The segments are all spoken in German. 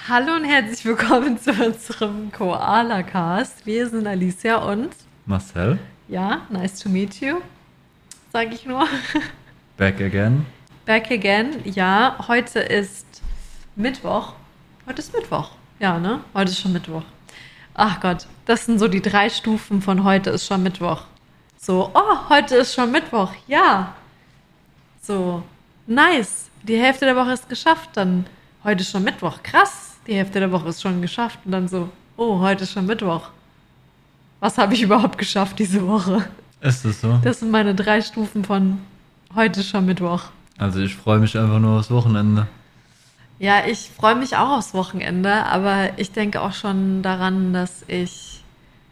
Hallo und herzlich willkommen zu unserem Koala-Cast. Wir sind Alicia und Marcel, ja, nice to meet you, sage ich nur. back again. Back again. Ja, heute ist Mittwoch. Heute ist Mittwoch. Ja, ne? Heute ist schon Mittwoch. Ach Gott, das sind so die 3 Stufen von heute ist schon Mittwoch. So, oh, heute ist schon Mittwoch. Ja. So, nice. Die Hälfte der Woche ist geschafft. Dann heute ist schon Mittwoch. Krass. Die Hälfte der Woche ist schon geschafft. Und dann so, oh, heute ist schon Mittwoch. Was habe ich überhaupt geschafft diese Woche? Ist es so? Das sind meine 3 Stufen von heute ist schon Mittwoch. Also ich freue mich einfach nur aufs Wochenende. Ja, ich freue mich auch aufs Wochenende, aber ich denke auch schon daran, dass ich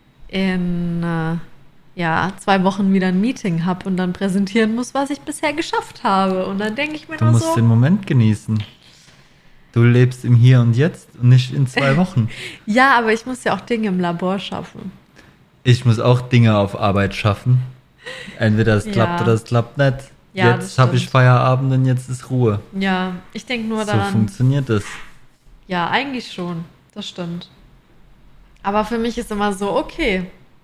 in 2 Wochen wieder ein Meeting habe und dann präsentieren muss, was ich bisher geschafft habe. Und dann denke ich mir Du nur musst so, den Moment genießen. Du lebst im Hier und Jetzt und nicht in 2 Wochen. ja, aber ich muss ja auch Dinge im Labor schaffen. Ich muss auch Dinge auf Arbeit schaffen. Entweder es Ja. klappt oder es klappt nicht. Ja, das Jetzt habe ich stimmt. Feierabend und jetzt ist Ruhe. Ja, ich denke nur So daran. funktioniert das. Ja, eigentlich schon. Das stimmt. Aber für mich ist immer so, okay,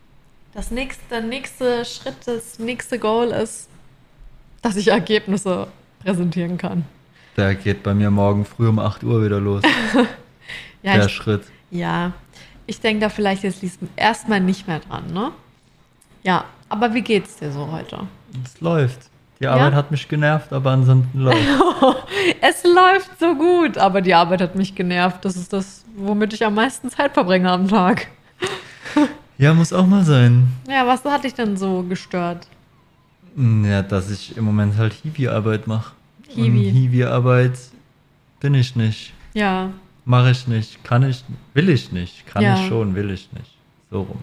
der nächste Schritt, das nächste Goal ist, dass ich Ergebnisse präsentieren kann. Der geht bei mir morgen früh um 8 Uhr wieder los. Ja, Der Schritt. ich denke da vielleicht jetzt erstmal nicht mehr dran, ne? Ja, aber wie geht's dir so heute? Es läuft. Die Ja? Arbeit hat mich genervt, aber ansonsten läuft. Es läuft so gut, aber die Arbeit hat mich genervt. Das ist das, womit ich am meisten Zeit verbringe am Tag. Ja, muss auch mal sein. Ja, was hat dich denn so gestört? Ja, dass ich im Moment halt Hiwi-Arbeit mache. Und Hiwi. Hiwi-Arbeit bin ich nicht. Ja, Mache ich nicht. Kann ich, will ich nicht. Kann Ja. ich schon, will ich nicht. So rum.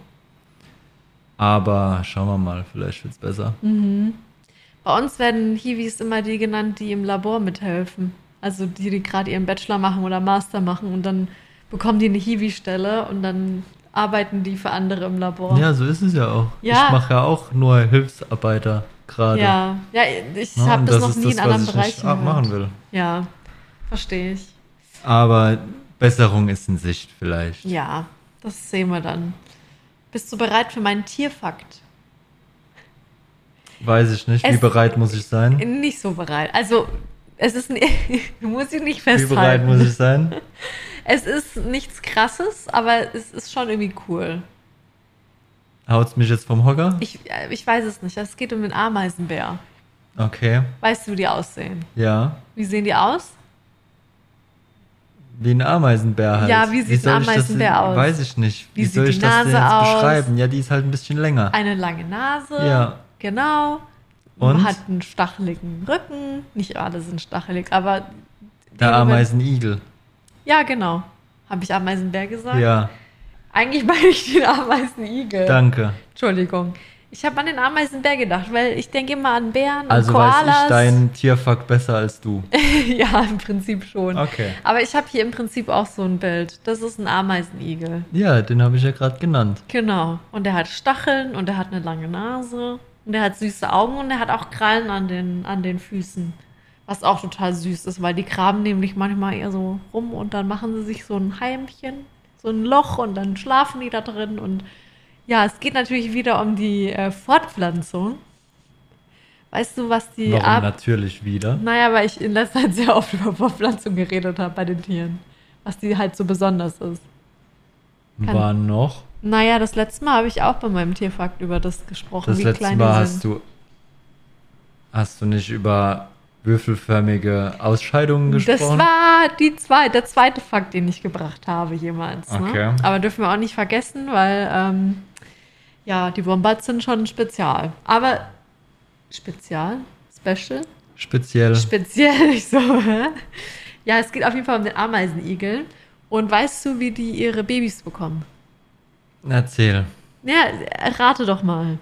Aber schauen wir mal, vielleicht wird's besser. bei uns werden Hiwis immer die genannt, die im Labor mithelfen. Also die gerade ihren Bachelor machen oder Master machen und dann bekommen die eine Hiwi-Stelle und dann arbeiten die für andere im Labor. Ja, so ist es ja auch. Ja. Ich mache ja auch nur Hilfsarbeiter gerade. Ja, ich Ja, habe und das noch ist nie in was anderen ich Bereichen nicht machen gehört. will. Ja, verstehe ich. Aber Besserung ist in Sicht vielleicht. Ja, das sehen wir dann. Bist du bereit für meinen Tierfakt? Weiß ich nicht. Wie Es- bereit muss ich sein? Nicht so bereit. Also, es ist du musst ihn nicht Wie festhalten. bereit muss ich sein? Es ist nichts Krasses, aber es ist schon irgendwie cool. Haut's mich jetzt vom Hocker? Ich weiß es nicht. Es geht um den Ameisenbär. Okay. Weißt du, wie die aussehen? Ja. Wie sehen die aus? Wie ein Ameisenbär halt. Ja, wie sieht soll ein ich das- Ameisenbär aus? Weiß ich nicht. Wie Wie sieht soll die ich das denn Nase jetzt aus? beschreiben? Ja, die ist halt ein bisschen länger. Eine lange Nase. Ja. Genau. Und? Hat einen stacheligen Rücken. Nicht alle sind stachelig, aber. Der Ameisenigel. Ja, genau. Habe ich Ameisenbär gesagt? Ja, Eigentlich meine ich den Ameisenigel. danke. Entschuldigung. Ich habe an den Ameisenbär gedacht, weil ich denke immer an Bären Also und Koalas. weiß ich deinen Tierfakt besser als du. Ja, im Prinzip schon. Okay. Aber ich habe hier im Prinzip auch so ein Bild. Das ist ein Ameisenigel. Ja, den habe ich ja gerade genannt. Genau. Und der hat Stacheln und der hat eine lange Nase. Und der hat süße Augen und der hat auch Krallen an den Füßen. Was auch total süß ist, weil die graben nämlich manchmal eher so rum und dann machen sie sich so ein Heimchen, so ein Loch und dann schlafen die da drin. Und ja, es geht natürlich wieder um die Fortpflanzung. Weißt du, was die Warum natürlich wieder? Naja, weil ich in letzter Zeit sehr oft über Fortpflanzung geredet habe bei den Tieren. Was die halt so besonders ist. War noch. Naja, das letzte Mal habe ich auch bei meinem Tierfakt über das gesprochen, Das wie letzte klein Mal die sind. hast du nicht über würfelförmige Ausscheidungen Das gesprochen? war der zweite Fakt, den ich gebracht habe jemals. Ne? Okay. Aber dürfen wir auch nicht vergessen, weil die Wombats sind schon spezial. Aber spezial? Special? Speziell. Speziell, nicht so. Hä? Ja, es geht auf jeden Fall um den Ameisenigel. Und weißt du, wie die ihre Babys bekommen? Erzähl. Ja, rate doch mal.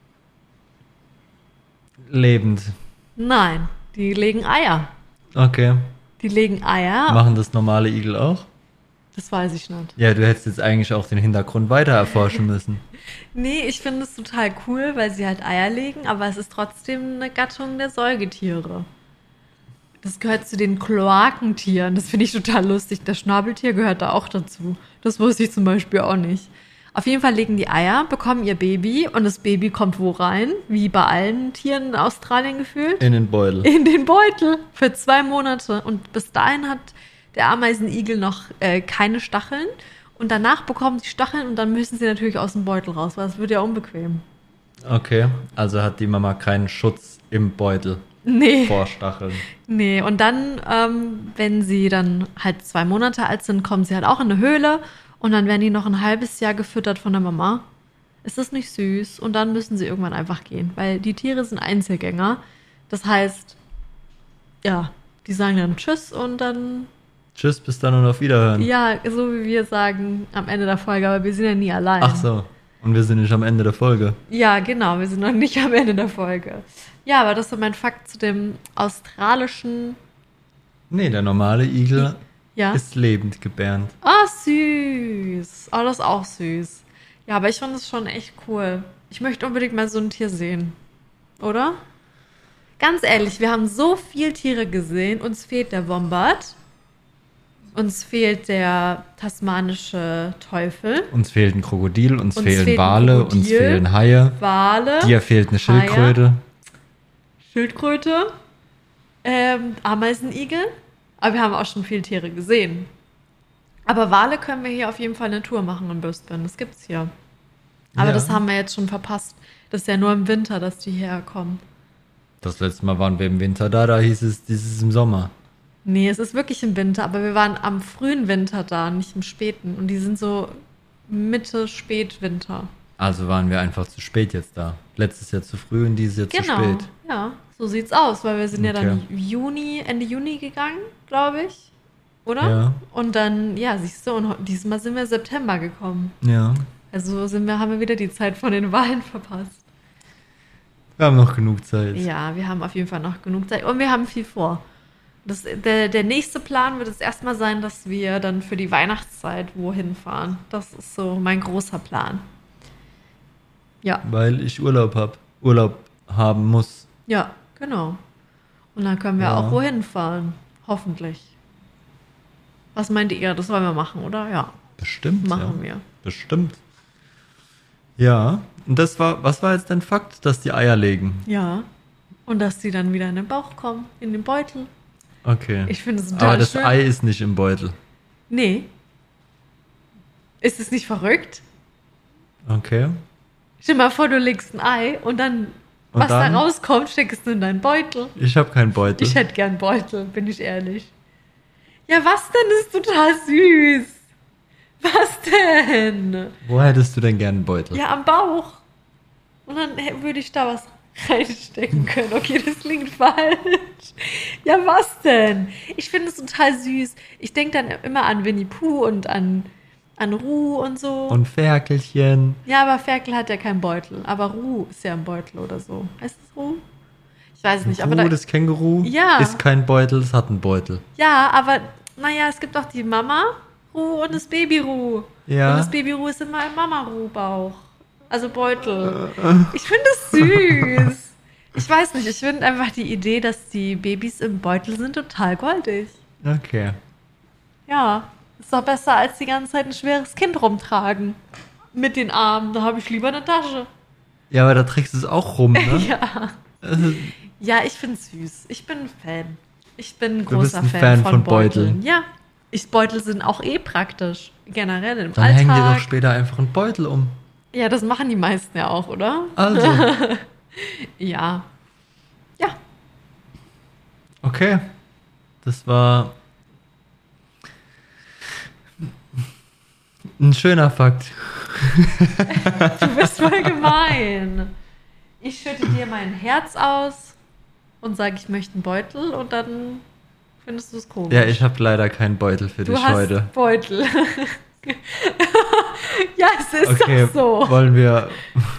Lebend. Nein, die legen Eier. Okay. Die legen Eier. Machen das normale Igel auch? Das weiß ich nicht. Ja, du hättest jetzt eigentlich auch den Hintergrund weiter erforschen müssen. Nee, ich finde es total cool, weil sie halt Eier legen, aber es ist trotzdem eine Gattung der Säugetiere. Das gehört zu den Kloakentieren. Das finde ich total lustig. Das Schnabeltier gehört da auch dazu. Das wusste ich zum Beispiel auch nicht. Auf jeden Fall legen die Eier, bekommen ihr Baby und das Baby kommt wo rein? Wie bei allen Tieren in Australien gefühlt? In den Beutel. In den Beutel für 2 Monate. Und bis dahin hat der Ameisenigel noch keine Stacheln. Und danach bekommen sie Stacheln und dann müssen sie natürlich aus dem Beutel raus, weil es wird ja unbequem. Okay, also hat die Mama keinen Schutz im Beutel vor Stacheln. Nee, und dann, wenn sie dann halt 2 Monate alt sind, kommen sie halt auch in eine Höhle und dann werden die noch ein halbes Jahr gefüttert von der Mama. Ist das nicht süß? Und dann müssen sie irgendwann einfach gehen, weil die Tiere sind Einzelgänger. Das heißt, ja, die sagen dann Tschüss und dann... Tschüss, bis dann und auf Wiederhören. Ja, so wie wir sagen am Ende der Folge, aber wir sind ja nie allein. Ach so, und wir sind nicht am Ende der Folge. Ja, genau, wir sind noch nicht am Ende der Folge. Ja, aber das ist mein Fakt zu dem australischen... Nee, der normale Igel Ja. ist lebend gebärend. Ah, süß. Oh, das ist auch süß. Ja, aber ich fand es schon echt cool. Ich möchte unbedingt mal so ein Tier sehen. Oder? Ganz ehrlich, wir haben so viele Tiere gesehen. Uns fehlt der Wombat. Uns fehlt der tasmanische Teufel. Uns fehlt ein Krokodil, uns Uns fehlen fehlt ein Wale, Krokodil, uns fehlen Haie. Wale. Dir fehlt eine Schildkröte. Schildkröte. Ameisenigel. Aber wir haben auch schon viele Tiere gesehen. Aber Wale können wir hier auf jeden Fall eine Tour machen in Brisbane. Das gibt's hier. Aber Ja. das haben wir jetzt schon verpasst. Das ist ja nur im Winter, dass die herkommen. Das letzte Mal waren wir im Winter da hieß es, dieses im Sommer. Nee, es ist wirklich im Winter, aber wir waren am frühen Winter da, nicht im späten. Und die sind so Mitte, Spätwinter. Also waren wir einfach zu spät jetzt da. Letztes Jahr zu früh und dieses Jahr zu spät. Ja, so sieht's aus, weil wir sind ja dann Okay. Ende Juni gegangen, glaube ich. Oder? Ja. Und dann, ja, siehst du, und diesmal sind wir September gekommen. Ja. Also haben wir wieder die Zeit von den Wahlen verpasst. Wir haben noch genug Zeit. Ja, wir haben auf jeden Fall noch genug Zeit und wir haben viel vor. Der nächste Plan wird es erstmal sein, dass wir dann für die Weihnachtszeit wohin fahren. Das ist so mein großer Plan. Ja, Weil ich Urlaub haben muss. ja, genau. Und dann können wir Ja. auch wohin fahren. Hoffentlich. Was meint ihr? Das wollen wir machen, oder? Ja, Bestimmt. machen ja. wir. Bestimmt. Ja. Und was war jetzt dein Fakt, dass die Eier legen? Ja. Und dass die dann wieder in den Bauch kommen, in den Beutel. Okay. Ich finde es total Aber das schön. Ei ist nicht im Beutel. Nee. Ist es nicht verrückt? Okay. Stell dir mal vor, du legst ein Ei und dann, Und was dann? da rauskommt, steckst du in deinen Beutel. Ich habe keinen Beutel. Ich hätte gern Beutel, bin ich ehrlich. Ja, was denn? Das ist total süß. Was denn? Wo hättest du denn gerne einen Beutel? Ja, am Bauch. Und dann würde ich da was reinstecken können. Okay, das klingt falsch. Ja, was denn? Ich finde es total süß. Ich denke dann immer an Winnie Pooh und an Ruh und so. Und Ferkelchen. Ja, aber Ferkel hat ja keinen Beutel. Aber Ruh ist ja ein Beutel oder so. Heißt es Ruh? Ich weiß es nicht. Aber Das Känguru Ja. ist kein Beutel, es hat einen Beutel. ja, aber naja, es gibt auch die Mama Ruh und das Baby Ruh. Ja. Und das Baby Ruh ist immer im Mama Ruh Bauch. Also Beutel. Ich finde es süß. Ich weiß nicht, ich finde einfach die Idee, dass die Babys im Beutel sind, total goldig. Okay. Ja, ist doch besser, als die ganze Zeit ein schweres Kind rumtragen. Mit den Armen, da habe ich lieber eine Tasche. Ja, aber da trägst du es auch rum, ne? Ja. Ja, ich finde es süß. Ich bin ein Fan. Ich bin ein Du bist großer ein Fan, Fan von von Beuteln. Beuteln. Ja, Beutel sind auch praktisch. Generell im Dann Alltag. hängen dir doch später einfach einen Beutel um. Ja, das machen die meisten ja auch, oder? Also, Ja. Ja. okay. Das war ein schöner Fakt. Du bist voll gemein. Ich schütte dir mein Herz aus und sage, ich möchte einen Beutel und dann findest du es komisch. Ja, ich habe leider keinen Beutel für du dich hast heute. Beutel. Ja, es ist Okay, doch so. wollen wir.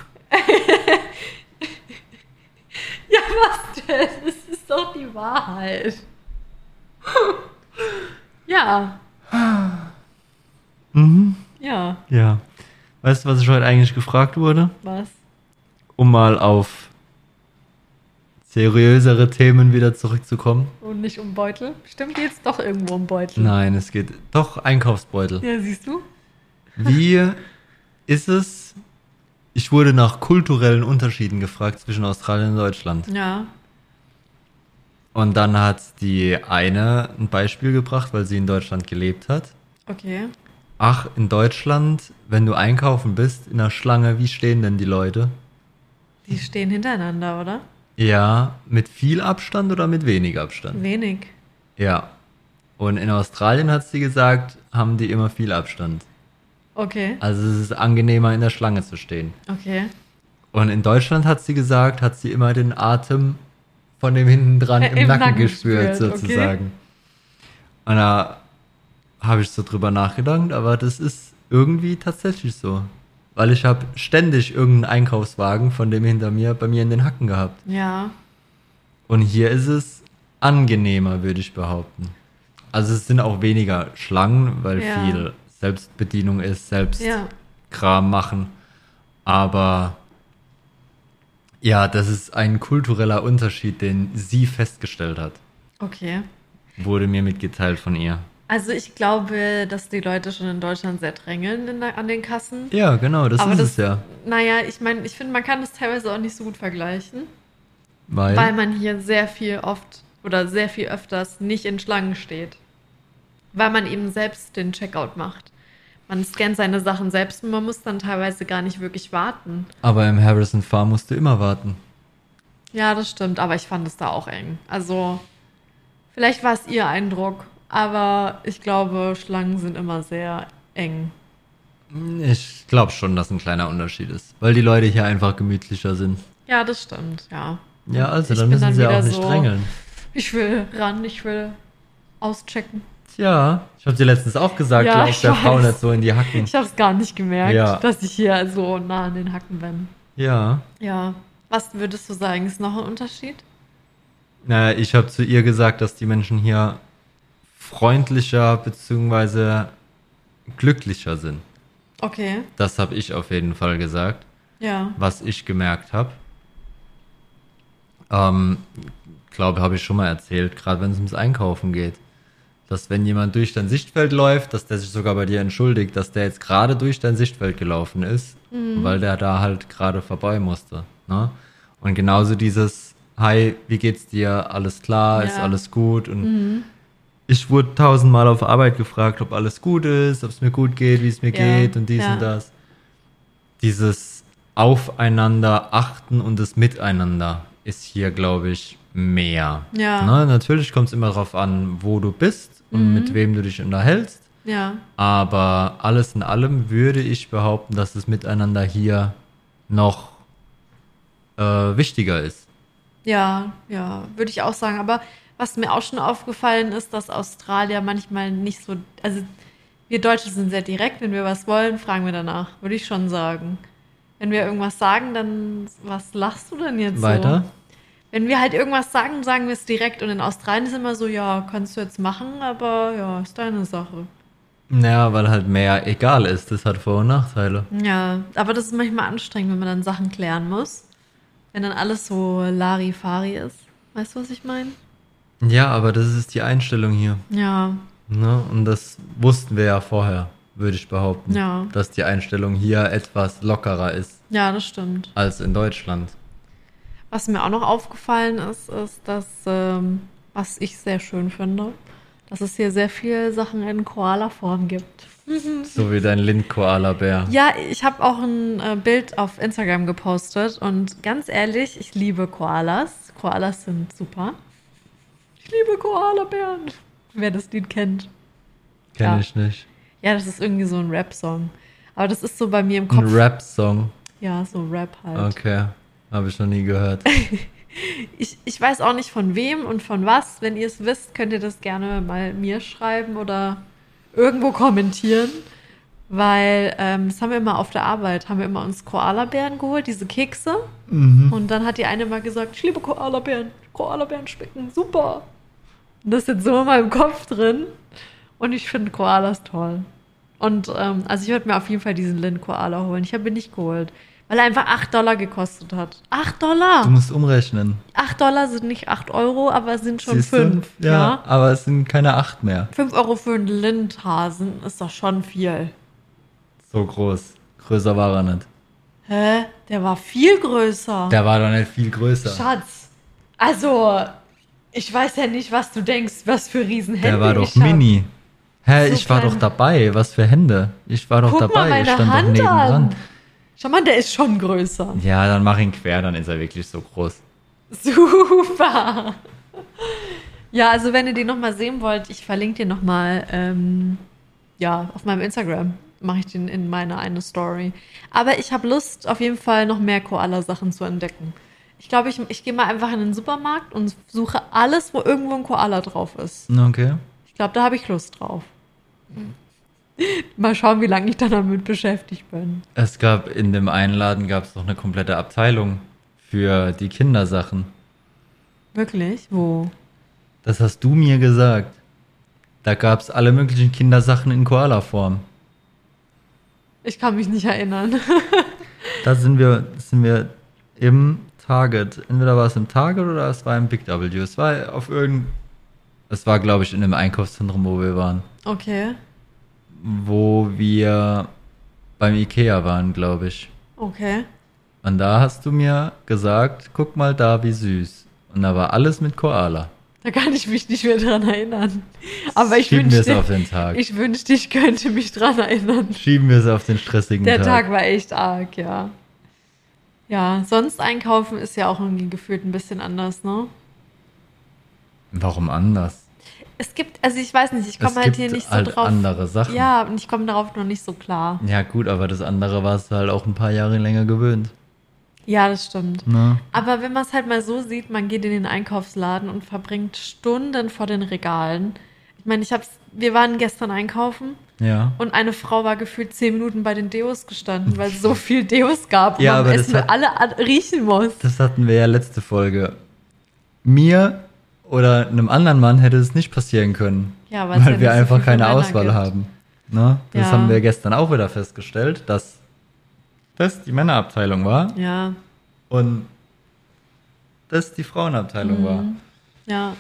Ja, was denn? Das ist doch die Wahrheit. Ja. Mhm. Ja, Ja. Weißt du, was ich heute eigentlich gefragt wurde? was? Um mal auf seriösere Themen wieder zurückzukommen. Und nicht um Beutel. Bestimmt geht es doch irgendwo um Beutel. Nein, es geht doch Einkaufsbeutel. Ja, siehst du? Wie ist es? Ich wurde nach kulturellen Unterschieden gefragt zwischen Australien und Deutschland. Ja. Und dann hat die eine ein Beispiel gebracht, weil sie in Deutschland gelebt hat. Okay. Ach, in Deutschland, wenn du einkaufen bist, in der Schlange, wie stehen denn die Leute? Die stehen hintereinander, oder? Ja, mit viel Abstand oder mit wenig Abstand? Wenig. Ja. Und in Australien hat sie gesagt, haben die immer viel Abstand. Okay. Also es ist angenehmer, in der Schlange zu stehen. Okay. Und in Deutschland hat sie gesagt, hat sie immer den Atem von dem hinten dran im Im Nacken Nacken gespürt, gespürt, sozusagen. Und da habe ich so drüber nachgedacht, aber das ist irgendwie tatsächlich so. Weil ich habe ständig irgendeinen Einkaufswagen von dem hinter mir bei mir in den Hacken gehabt. Ja. Und hier ist es angenehmer, würde ich behaupten. Also es sind auch weniger Schlangen, weil Ja. viel Selbstbedienung ist, selbst Ja. Kram machen. Aber ja, das ist ein kultureller Unterschied, den sie festgestellt hat. Okay. Wurde mir mitgeteilt von ihr. Also ich glaube, dass die Leute schon in Deutschland sehr drängeln an den Kassen. Ja, genau, das Aber ist das, es ja. naja, ich meine, ich finde, man kann das teilweise auch nicht so gut vergleichen, Weil weil man hier sehr viel oft oder sehr viel öfters nicht in Schlangen steht. Weil man eben selbst den Checkout macht. Man scannt seine Sachen selbst und man muss dann teilweise gar nicht wirklich warten. aber im Harrison Farm musst du immer warten. Ja, das stimmt, aber ich fand es da auch eng. Also, vielleicht war es ihr Eindruck, aber ich glaube, Schlangen sind immer sehr eng. Ich glaube schon, dass ein kleiner Unterschied ist. Weil die Leute hier einfach gemütlicher sind. Ja, das stimmt, ja. Ja, also Ich dann bin müssen sie wieder auch nicht so, drängeln. Ich will ran, ich will auschecken. Tja, ich habe dir letztens auch gesagt, Ja, lauf ich der Frau weiß. nicht so in die Hacken. Ich habe es gar nicht gemerkt, Ja. dass ich hier so nah an den Hacken bin. Ja. Ja. Was würdest du sagen, ist noch ein Unterschied? Naja, ich habe zu ihr gesagt, dass die Menschen hier freundlicher bzw. glücklicher sind. Okay, Das habe ich auf jeden Fall gesagt, ja. was ich gemerkt habe. Glaube, habe ich schon mal erzählt, gerade wenn es ums Einkaufen geht. Dass wenn jemand durch dein Sichtfeld läuft, dass der sich sogar bei dir entschuldigt, dass der jetzt gerade durch dein Sichtfeld gelaufen ist, weil der da halt gerade vorbei musste. Ne? Und genauso dieses, hi, wie geht's dir? Alles klar? Ist Ja. alles gut? Und ich wurde 1000-mal auf Arbeit gefragt, ob alles gut ist, ob es mir gut geht, wie es mir Ja, geht und dies ja. und das. Dieses Aufeinander achten und das Miteinander ist hier, glaube ich, mehr. Ja. Ne? Natürlich kommt es immer darauf an, wo du bist und mit wem du dich unterhältst. Ja, Aber alles in allem würde ich behaupten, dass das Miteinander hier noch wichtiger ist. ja, würde ich auch sagen. Aber was mir auch schon aufgefallen ist, dass Australier manchmal nicht so, also wir Deutsche sind sehr direkt, wenn wir was wollen, fragen wir danach, würde ich schon sagen. Wenn wir irgendwas sagen, dann, was lachst du denn jetzt Weiter? so? Wenn wir halt irgendwas sagen, sagen wir es direkt. Und in Australien ist immer so, ja, kannst du jetzt machen, aber ja, ist deine Sache. Naja, weil halt mehr egal ist. Das hat Vor- und Nachteile. Ja, aber das ist manchmal anstrengend, wenn man dann Sachen klären muss. Wenn dann alles so Larifari ist. Weißt du, was ich meine? Ja, aber das ist die Einstellung hier. Ja, Ne? Und das wussten wir ja vorher, würde ich behaupten. Ja. Dass die Einstellung hier etwas lockerer ist ja, das stimmt. als in Deutschland. Was mir auch noch aufgefallen ist, ist, dass, was ich sehr schön finde, dass es hier sehr viele Sachen in Koala-Form gibt. So wie dein Lind-Koala-Bär. Ja, ich habe auch ein Bild auf Instagram gepostet und ganz ehrlich, ich liebe Koalas. Koalas sind super. Ich liebe Koalabären. Wer das Lied kennt. Kenn Ja. ich nicht. Ja, das ist irgendwie so ein Rap-Song. Aber das ist so bei mir im Kopf. Ein Rap-Song. Ja, so Rap halt. Okay. Habe ich noch nie gehört. Ich weiß auch nicht von wem und von was. Wenn ihr es wisst, könnt ihr das gerne mal mir schreiben oder irgendwo kommentieren. Weil das haben wir immer auf der Arbeit, haben wir immer uns Koalabären geholt, diese Kekse. Und dann hat die eine mal gesagt, ich liebe Koalabären. Koalabären schmecken super. Und das ist jetzt so in meinem Kopf drin. Und ich finde Koalas toll. Und also ich würde mir auf jeden Fall diesen Lind-Koala holen. Ich habe ihn nicht geholt. Weil er einfach $8 gekostet hat. $8? Du musst umrechnen. $8 sind nicht 8 Euro, aber es sind schon Siehst du? 5. Ja, aber es sind keine 8 mehr. 5 Euro für einen Lindhasen ist doch schon viel. So groß. Größer war er nicht. Hä? Der war viel größer. Der war doch nicht viel größer. Schatz. Also, ich weiß ja nicht, was du denkst, was für Riesenhände Der war doch ich hab. mini. Hä, So ich war klein. doch dabei. Was für Hände? Ich war doch Guck dabei. mal Ich meine stand doch Hand nebendran. an. Schau mal, der ist schon größer. Ja, dann mach ihn quer, dann ist er wirklich so groß. Super. Ja, also wenn ihr den nochmal sehen wollt, ich verlinke den nochmal, ja, auf meinem Instagram mache ich den in meine eine Story. Aber ich habe Lust, auf jeden Fall noch mehr Koala-Sachen zu entdecken. Ich glaube, ich gehe mal einfach in den Supermarkt und suche alles, wo irgendwo ein Koala drauf ist. Okay. Ich glaube, da habe ich Lust drauf. Mal schauen, wie lange ich dann damit beschäftigt bin. Es gab in dem einen Laden gab es noch eine komplette Abteilung für die Kindersachen. Wirklich? Wo? Das hast du mir gesagt. Da gab es alle möglichen Kindersachen in Koala-Form. Ich kann mich nicht erinnern. Da sind wir im Target. Entweder war es im Target oder es war im Big W. Es war es war, glaube ich, in dem Einkaufszentrum, wo wir waren. Okay. Wo wir beim Ikea waren, glaube ich. Okay. Und da hast du mir gesagt, guck mal da, wie süß. Und da war alles mit Koala. Da kann ich mich nicht mehr dran erinnern. Aber ich Schieben wir es wünschte, auf den Tag. ich könnte mich dran erinnern. Schieben wir es auf den stressigen Der Tag. Tag war echt arg, ja. Ja, sonst einkaufen ist ja auch irgendwie gefühlt ein bisschen anders, ne? Warum anders? Es gibt, also ich weiß nicht, ich komme halt hier nicht so halt drauf. andere Sachen. Ja, und ich komme darauf noch nicht so klar. Ja gut, aber das andere warst du halt auch ein paar Jahre länger gewöhnt. Ja, das stimmt. Ne? Aber wenn man es halt mal so sieht, man geht in den Einkaufsladen und verbringt Stunden vor den Regalen. Ich meine, wir waren gestern einkaufen Ja. und eine Frau war gefühlt 10 Minuten bei den Deos gestanden, weil es so viel Deos gab und Ja, man aber es das hat- alle riechen muss. Das hatten wir ja letzte Folge. Mir oder einem anderen Mann hätte es nicht passieren können. Ja, weil es weil ja wir nicht so einfach viel für keine Männer Auswahl gibt. haben. Ne? Das Ja. haben wir gestern auch wieder festgestellt, dass das die Männerabteilung war Ja, und das die Frauenabteilung ja.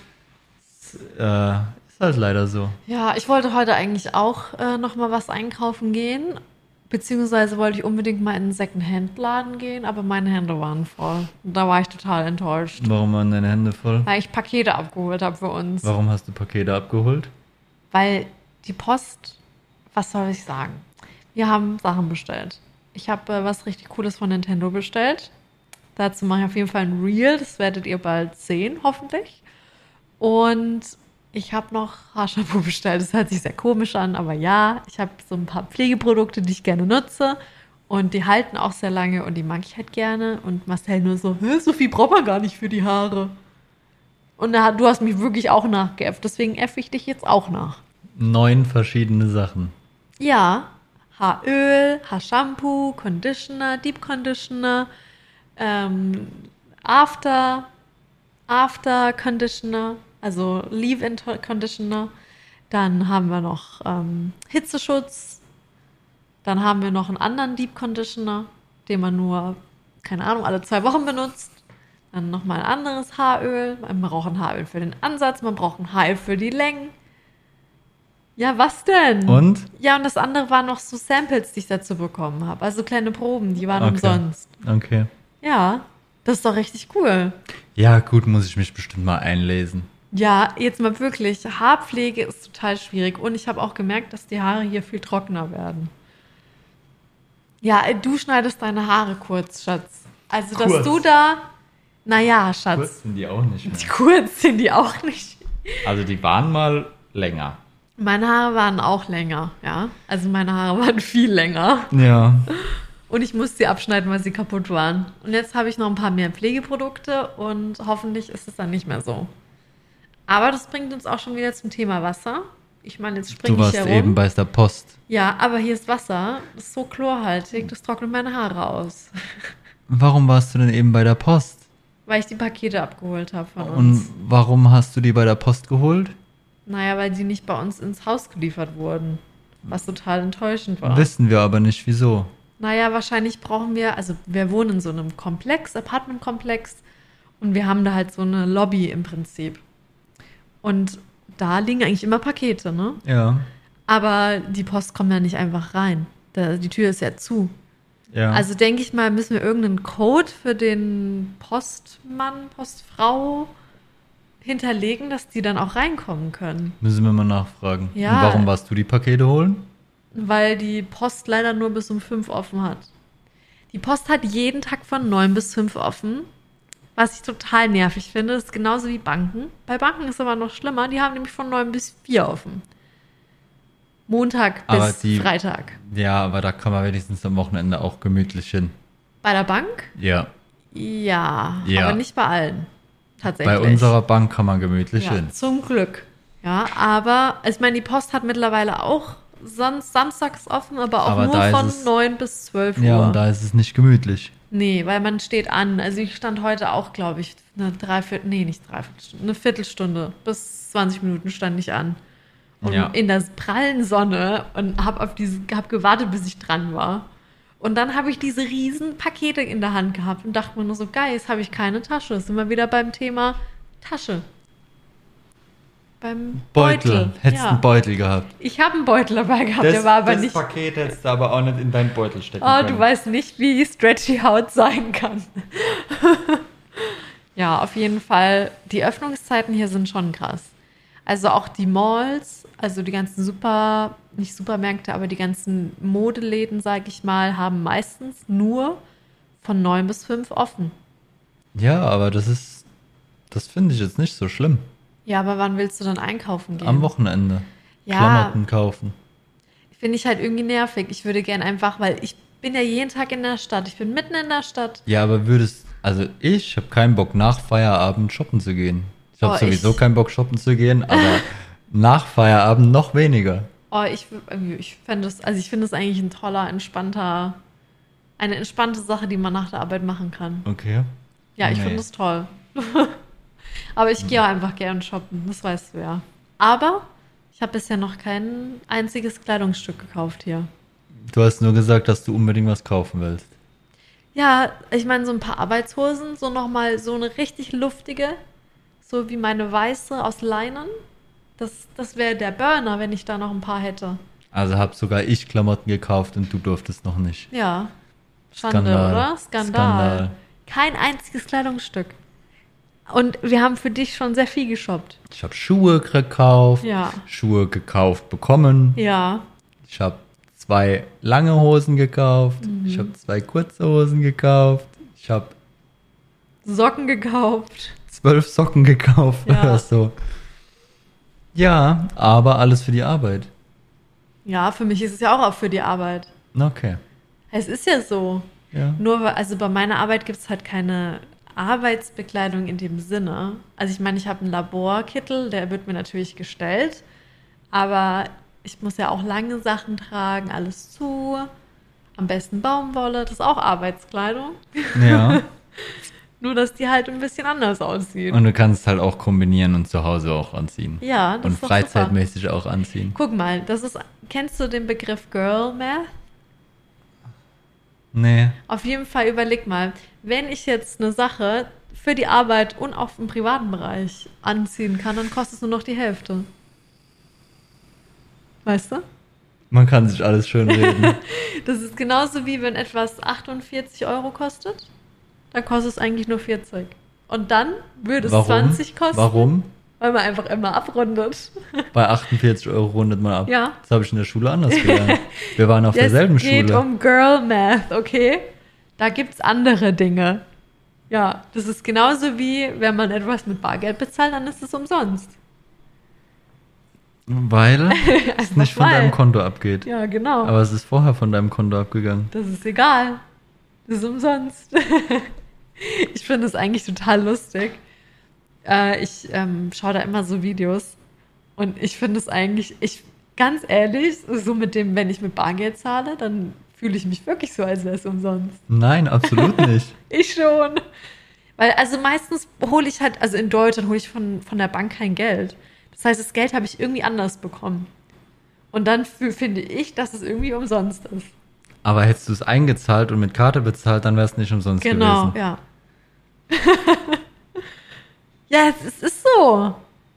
war. Ist halt leider so. Ja, ich wollte heute eigentlich auch noch mal was einkaufen gehen. Beziehungsweise wollte ich unbedingt mal in einen Second-Hand-Laden gehen, aber meine Hände waren voll. Und da war ich total enttäuscht. Warum waren deine Hände voll? Weil ich Pakete abgeholt habe für uns. Warum hast du Pakete abgeholt? Weil die Post, was soll ich sagen? Wir haben Sachen bestellt. Ich habe was richtig Cooles von Nintendo bestellt. Dazu mache ich auf jeden Fall ein Reel. Das werdet ihr bald sehen, hoffentlich. Und ich habe noch Haarshampoo bestellt. Das hört sich sehr komisch an, aber ja, ich habe so ein paar Pflegeprodukte, die ich gerne nutze. Und die halten auch sehr lange und die mag ich halt gerne. Und Marcel nur so, so viel braucht man gar nicht für die Haare. Und du hast mich wirklich auch nachgeäfft. Deswegen äffe ich dich jetzt auch nach. 9 verschiedene Sachen. Ja, Haaröl, Haarshampoo, Conditioner, Deep Conditioner, After Conditioner, also Leave-In Conditioner. Dann haben wir noch Hitzeschutz. Dann haben wir noch einen anderen Deep Conditioner, den man nur, keine Ahnung, alle 2 Wochen benutzt. Dann nochmal ein anderes Haaröl. Man braucht ein Haaröl für den Ansatz, man braucht ein Haaröl für die Längen. Ja, was denn? Und? Ja, und das andere waren noch so Samples, die ich dazu bekommen habe. Also kleine Proben, die waren Okay. umsonst. Okay. Ja, das ist doch richtig cool. Ja, gut, muss ich mich bestimmt mal einlesen. Ja, jetzt mal wirklich. Haarpflege ist total schwierig. Und ich habe auch gemerkt, dass die Haare hier viel trockener werden. Ja, du schneidest deine Haare kurz, Schatz. Also, dass Kurz. du da... Naja, Schatz. Kurz sind die auch nicht mehr. Kurz sind die auch nicht. Also die waren mal länger. Meine Haare waren auch länger, ja. Also meine Haare waren viel länger. Ja. Und ich musste sie abschneiden, weil sie kaputt waren. Und jetzt habe ich noch ein paar mehr Pflegeprodukte und hoffentlich ist es dann nicht mehr so. Aber das bringt uns auch schon wieder zum Thema Wasser. Ich meine, jetzt Du springe ich warst herum. eben bei der Post. Ja, aber hier ist Wasser. Das ist so chlorhaltig, das trocknet meine Haare aus. Warum warst du denn eben bei der Post? Weil ich die Pakete abgeholt habe von uns. Und warum hast du die bei der Post geholt? Naja, weil die nicht bei uns ins Haus geliefert wurden. Was total enttäuschend war. Wissen wir aber nicht, wieso. Naja, wahrscheinlich brauchen wir, also wir wohnen in so einem Komplex, Apartmentkomplex, und wir haben da halt so eine Lobby im Prinzip. Und da liegen eigentlich immer Pakete, ne? Ja. Aber die Post kommt ja nicht einfach rein. Die Tür ist ja zu. Ja. Also denke ich mal, müssen wir irgendeinen Code für den Postmann, Postfrau hinterlegen, dass die dann auch reinkommen können. Müssen wir mal nachfragen. Ja. Und warum warst du die Pakete holen? Weil die Post leider nur bis um 5 offen hat. Die Post hat jeden Tag von 9 bis 5 offen. Was ich total nervig finde, ist genauso wie Banken. Bei Banken ist es aber noch schlimmer. Die haben nämlich von 9 bis 4 offen. Montag bis Freitag. Ja, aber da kann man wenigstens am Wochenende auch gemütlich hin. Bei der Bank? Ja. Ja, Ja. aber nicht bei allen. Tatsächlich. Bei unserer Bank kann man gemütlich Ja, hin. zum Glück. Ja, aber ich meine, die Post hat mittlerweile auch sonst samstags offen, aber auch Aber nur da ist von es- 9 bis 12 Uhr. Ja, und da ist es nicht gemütlich. Nee, weil man steht an. Also ich stand heute auch, glaube ich, nicht Dreiviertelstunde, eine Viertelstunde bis 20 Minuten stand ich an. Und Ja. in der prallen Sonne und hab gewartet, bis ich dran war. Und dann habe ich diese riesen Pakete in der Hand gehabt und dachte mir nur so, geil, jetzt habe ich keine Tasche. Jetzt sind wir wieder beim Thema Tasche. Beim Beutel. Hättest einen Beutel gehabt. Ich habe einen Beutel dabei gehabt, der war aber nicht. Paket hättest du aber auch nicht in deinen Beutel stecken Oh, du weißt nicht, wie stretchy Haut sein kann. Ja, auf jeden Fall. Die Öffnungszeiten hier sind schon krass. Also auch die Malls, also die ganzen nicht Supermärkte, aber die ganzen Modeläden, sag ich mal, haben meistens nur von 9 bis 5 offen. Ja, aber das finde ich jetzt nicht so schlimm. Ja, aber wann willst du dann einkaufen gehen? Am Wochenende. Ja. Klamotten kaufen. Finde ich halt irgendwie nervig. Ich würde gern einfach, weil ich bin ja jeden Tag in der Stadt. Ich bin mitten in der Stadt. Ja, aber ich habe keinen Bock, nach Feierabend shoppen zu gehen. Ich habe Oh, sowieso keinen Bock, shoppen zu gehen, aber nach Feierabend noch weniger. Oh, ich finde es eigentlich eine entspannte Sache, die man nach der Arbeit machen kann. Okay. Ja, ich Nee. finde es toll. Aber ich gehe auch einfach gern shoppen, das weißt du ja. Aber ich habe bisher noch kein einziges Kleidungsstück gekauft hier. Du hast nur gesagt, dass du unbedingt was kaufen willst. Ja, ich meine, so ein paar Arbeitshosen, so nochmal so eine richtig luftige, so wie meine weiße aus Leinen. Das wäre der Burner, wenn ich da noch ein paar hätte. Also habe sogar ich Klamotten gekauft und du durftest noch nicht. Ja. Schande, Skandal. oder? Skandal. Skandal. Kein einziges Kleidungsstück. Und wir haben für dich schon sehr viel geshoppt. Ich habe Schuhe gekauft, Ja. Schuhe gekauft bekommen. Ja. Ich habe 2 lange Hosen gekauft. Ich habe 2 kurze Hosen gekauft. Ich habe Socken gekauft. 12 Socken gekauft Ja. oder so. Ja, aber alles für die Arbeit. Ja, für mich ist es ja auch für die Arbeit. Okay. Es ist ja so. Ja. Also bei meiner Arbeit gibt es halt keine Arbeitsbekleidung in dem Sinne. Also ich meine, ich habe einen Laborkittel, der wird mir natürlich gestellt, aber ich muss ja auch lange Sachen tragen, alles zu. Am besten Baumwolle, das ist auch Arbeitskleidung. Ja. Nur, dass die halt ein bisschen anders aussieht. Und du kannst halt auch kombinieren und zu Hause auch anziehen. Ja, das Und ist doch freizeitmäßig auch anziehen. Guck mal, kennst du den Begriff Girl Math? Nee. Auf jeden Fall überleg mal, wenn ich jetzt eine Sache für die Arbeit und auch im privaten Bereich anziehen kann, dann kostet es nur noch die Hälfte. Weißt du? Man kann sich alles schön reden. Das ist genauso wie wenn etwas 48 Euro kostet, dann kostet es eigentlich nur 40. Und dann würde es 20 kosten, Warum? weil man einfach immer abrundet. Bei 48 Euro rundet man ab. Ja. Das habe ich in der Schule anders gelernt. Wir waren auf derselben Es geht Schule. um Girl Math, okay? Da gibt es andere Dinge. Ja, das ist genauso wie, wenn man etwas mit Bargeld bezahlt, dann ist es umsonst. Weil es nicht von deinem Konto abgeht. Ja, genau. Aber es ist vorher von deinem Konto abgegangen. Das ist egal. Das ist umsonst. Ich finde es eigentlich total lustig. Ich schaue da immer so Videos und ich finde es eigentlich, ganz ehrlich, so mit dem, wenn ich mit Bargeld zahle, dann fühle ich mich wirklich so, als wäre es umsonst. Nein, absolut nicht. Ich schon. Weil, also meistens hole ich halt, also in Deutschland hole ich von der Bank kein Geld. Das heißt, das Geld habe ich irgendwie anders bekommen. Und dann finde ich, dass es irgendwie umsonst ist. Aber hättest du es eingezahlt und mit Karte bezahlt, dann wäre es nicht umsonst Genau, gewesen. ja. Ja, es ist so.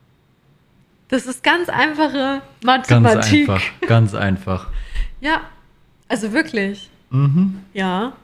Das ist ganz einfache Ganz Mathematik. einfach, ganz einfach. Ja, also wirklich. Mhm. Ja.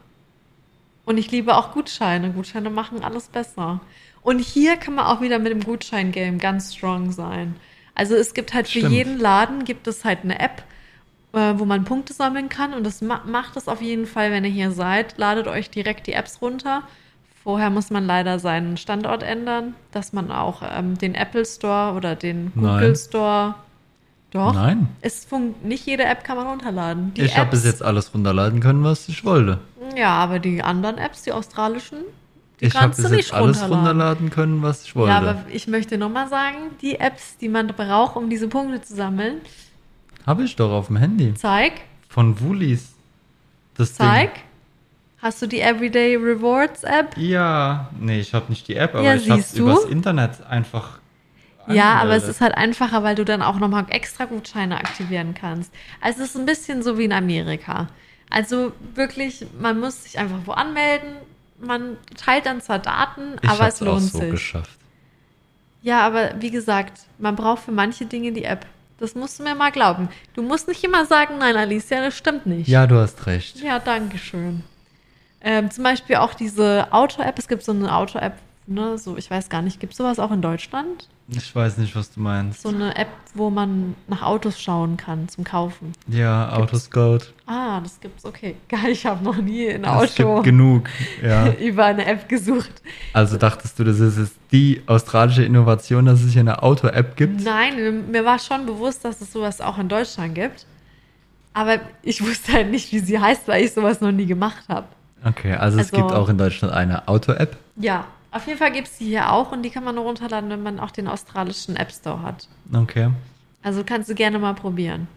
Und ich liebe auch Gutscheine. Gutscheine machen alles besser. Und hier kann man auch wieder mit dem Gutschein-Game ganz strong sein. Also es gibt halt für Stimmt. jeden Laden gibt es halt eine App, wo man Punkte sammeln kann. Und das macht es auf jeden Fall, wenn ihr hier seid. Ladet euch direkt die Apps runter. Vorher muss man leider seinen Standort ändern, dass man auch den Apple Store oder den Google Nein. Store. Doch. Nein. Nicht jede App kann man runterladen. Die Ich habe bis Apps- jetzt alles runterladen können, was ich wollte. Ja, aber die anderen Apps, die australischen, die Ich habe kannst du bis nicht jetzt alles runterladen. runterladen können, was ich wollte. Ja, aber ich möchte nochmal sagen, die Apps, die man braucht, um diese Punkte zu sammeln, Habe ich doch auf dem Handy. zeig. Von Woolies. Das Zeig. Hast du die Everyday Rewards App? Ding. Ja, nee, ich habe nicht die App, aber Ja, ich habe siehst du? übers Internet einfach Ja, aber es angemeldet. ist halt einfacher, weil du dann auch nochmal extra Gutscheine aktivieren kannst. Also es ist ein bisschen so wie in Amerika. Also wirklich, man muss sich einfach wo anmelden. Man teilt dann zwar Daten, Ich aber hab's es lohnt auch so sich. geschafft. Ja, aber wie gesagt, man braucht für manche Dinge die App. Das musst du mir mal glauben. Du musst nicht immer sagen, nein, Alicia, das stimmt nicht. Ja, du hast recht. Ja, danke schön. Zum Beispiel auch diese Auto-App. Es gibt so eine Auto-App, ne, so, ich weiß gar nicht, gibt es sowas auch in Deutschland? Ich weiß nicht, was du meinst. So eine App, wo man nach Autos schauen kann zum Kaufen. Ja, Autoscout. Ah, das gibt's, okay. Geil, ich habe noch nie ein Es gibt Auto genug. Ja. über eine App gesucht. Also dachtest du, das ist jetzt die australische Innovation, dass es hier eine Auto-App gibt? Nein, mir war schon bewusst, dass es sowas auch in Deutschland gibt. Aber ich wusste halt nicht, wie sie heißt, weil ich sowas noch nie gemacht habe. Okay, also es Also- gibt auch in Deutschland eine Auto-App. Ja, auf jeden Fall gibt es die hier auch und die kann man nur runterladen, wenn man auch den australischen App Store hat. Okay. Also kannst du gerne mal probieren.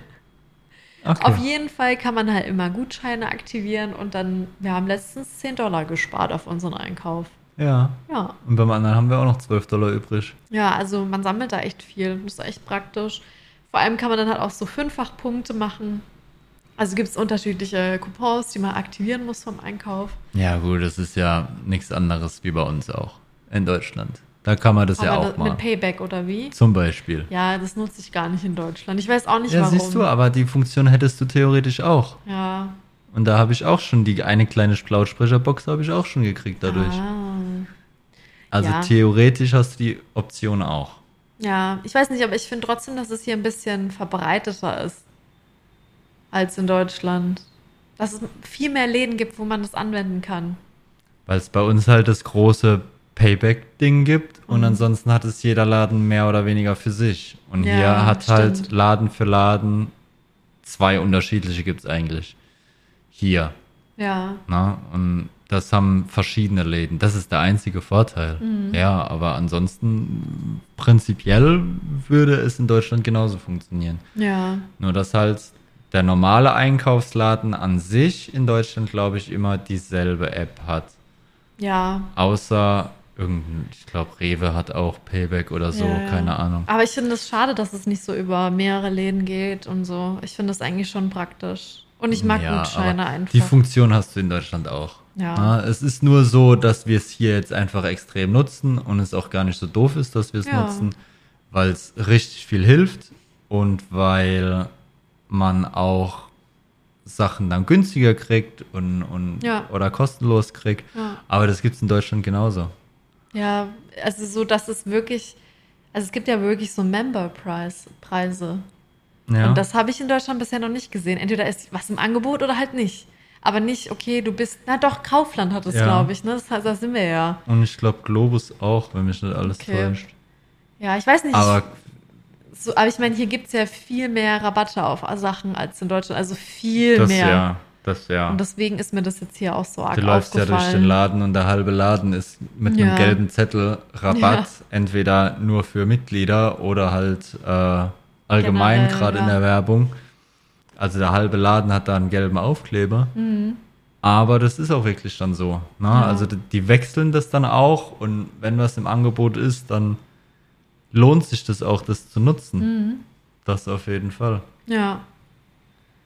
Okay. Auf jeden Fall kann man halt immer Gutscheine aktivieren und dann, wir haben letztens $10 gespart auf unseren Einkauf. Ja. Ja. Und beim anderen haben wir auch noch $12 übrig. Ja, also man sammelt da echt viel. Das ist echt praktisch. Vor allem kann man dann halt auch so 5-fach Punkte machen. Also gibt es unterschiedliche Coupons, die man aktivieren muss vom Einkauf. Ja, gut, das ist ja nichts anderes wie bei uns auch in Deutschland. Da kann man das ja Aber auch mal. mit Payback oder wie? Zum Beispiel. Ja, das nutze ich gar nicht in Deutschland. Ich weiß auch nicht, Ja, warum. siehst du, aber die Funktion hättest du theoretisch auch. Ja. Und da habe ich auch schon die eine kleine Lautsprecherbox habe ich auch schon gekriegt dadurch. Ah. Also ja. theoretisch hast du die Option auch. Ja, ich weiß nicht, aber ich finde trotzdem, dass es hier ein bisschen verbreiteter ist als in Deutschland. Dass es viel mehr Läden gibt, wo man das anwenden kann. Weil es bei uns halt das große Payback-Ding gibt und Mhm. ansonsten hat es jeder Laden mehr oder weniger für sich. Und Ja, hier hat halt stimmt. Laden für Laden 2 unterschiedliche gibt es eigentlich. Hier. Ja, Na? Und das haben verschiedene Läden. Das ist der einzige Vorteil. Mhm. Ja, aber ansonsten prinzipiell würde es in Deutschland genauso funktionieren. ja, Nur dass halt der normale Einkaufsladen an sich in Deutschland, glaube ich, immer dieselbe App hat. ja. Außer irgendein, ich glaube, Rewe hat auch Payback oder so, Ja, ja. keine Ahnung. Aber ich finde es schade, dass es nicht so über mehrere Läden geht und so. Ich finde das eigentlich schon praktisch. Und ich mag Ja, Gutscheine aber einfach. die Funktion hast du in Deutschland auch. Ja. Na, es ist nur so, dass wir es hier jetzt einfach extrem nutzen und es auch gar nicht so doof ist, dass wir es Ja. nutzen, weil es richtig viel hilft und weil man auch Sachen dann günstiger kriegt und Ja. oder kostenlos kriegt. Ja. Aber das gibt es in Deutschland genauso. Ja, also so, dass es wirklich, also es gibt ja wirklich so Member-Preise. Ja. Und das habe ich in Deutschland bisher noch nicht gesehen. Entweder ist was im Angebot oder halt nicht. Aber nicht, okay, du bist, na doch, Kaufland hat es, Ja. glaube ich, ne? Das heißt, da sind wir ja. Und ich glaube, Globus auch, wenn mich nicht alles Okay. täuscht. Ja, ich weiß nicht. Aber Aber ich meine, hier gibt es ja viel mehr Rabatte auf Sachen als in Deutschland. Also viel das mehr. das ja. Und deswegen ist mir das jetzt hier auch so arg Du läufst ja aufgefallen. durch den Laden und der halbe Laden ist mit Ja. einem gelben Zettel Rabatt, Ja. entweder nur für Mitglieder oder halt allgemein, Generell, gerade in ja. der Werbung. Also der halbe Laden hat da einen gelben Aufkleber. Mhm. Aber das ist auch wirklich dann so. Ne? Ja. Also die wechseln das dann auch und wenn was im Angebot ist, dann lohnt sich das auch, das zu nutzen. Mhm. Das auf jeden Fall. Ja.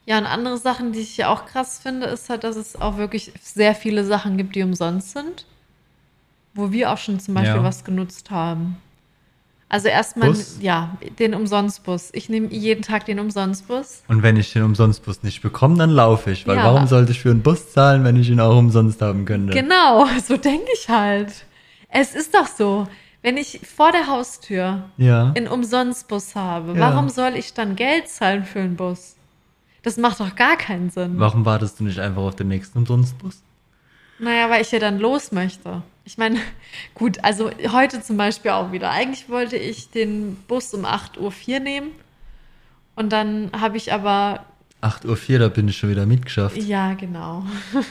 Ja, und andere Sachen, die ich hier auch krass finde, ist halt, dass es auch wirklich sehr viele Sachen gibt, die umsonst sind, wo wir auch schon zum Beispiel Ja. was genutzt haben. Also erstmal, Bus? ja, den Umsonstbus. Ich nehme jeden Tag den Umsonstbus. Und wenn ich den Umsonstbus nicht bekomme, dann laufe ich. Weil Ja. warum sollte ich für einen Bus zahlen, wenn ich ihn auch umsonst haben könnte? Genau, so denke ich halt. Es ist doch so, wenn ich vor der Haustür Ja. einen Umsonstbus habe, Ja. warum soll ich dann Geld zahlen für einen Bus? Das macht doch gar keinen Sinn. Warum wartest du nicht einfach auf den nächsten Umsonstbus? Naja, weil ich ja dann los möchte. Ich meine, gut, also heute zum Beispiel auch wieder. Eigentlich wollte ich den Bus um 8:04 Uhr nehmen. Und dann habe ich aber, 8:04 Uhr, da bin ich schon wieder mitgeschafft. ja, genau.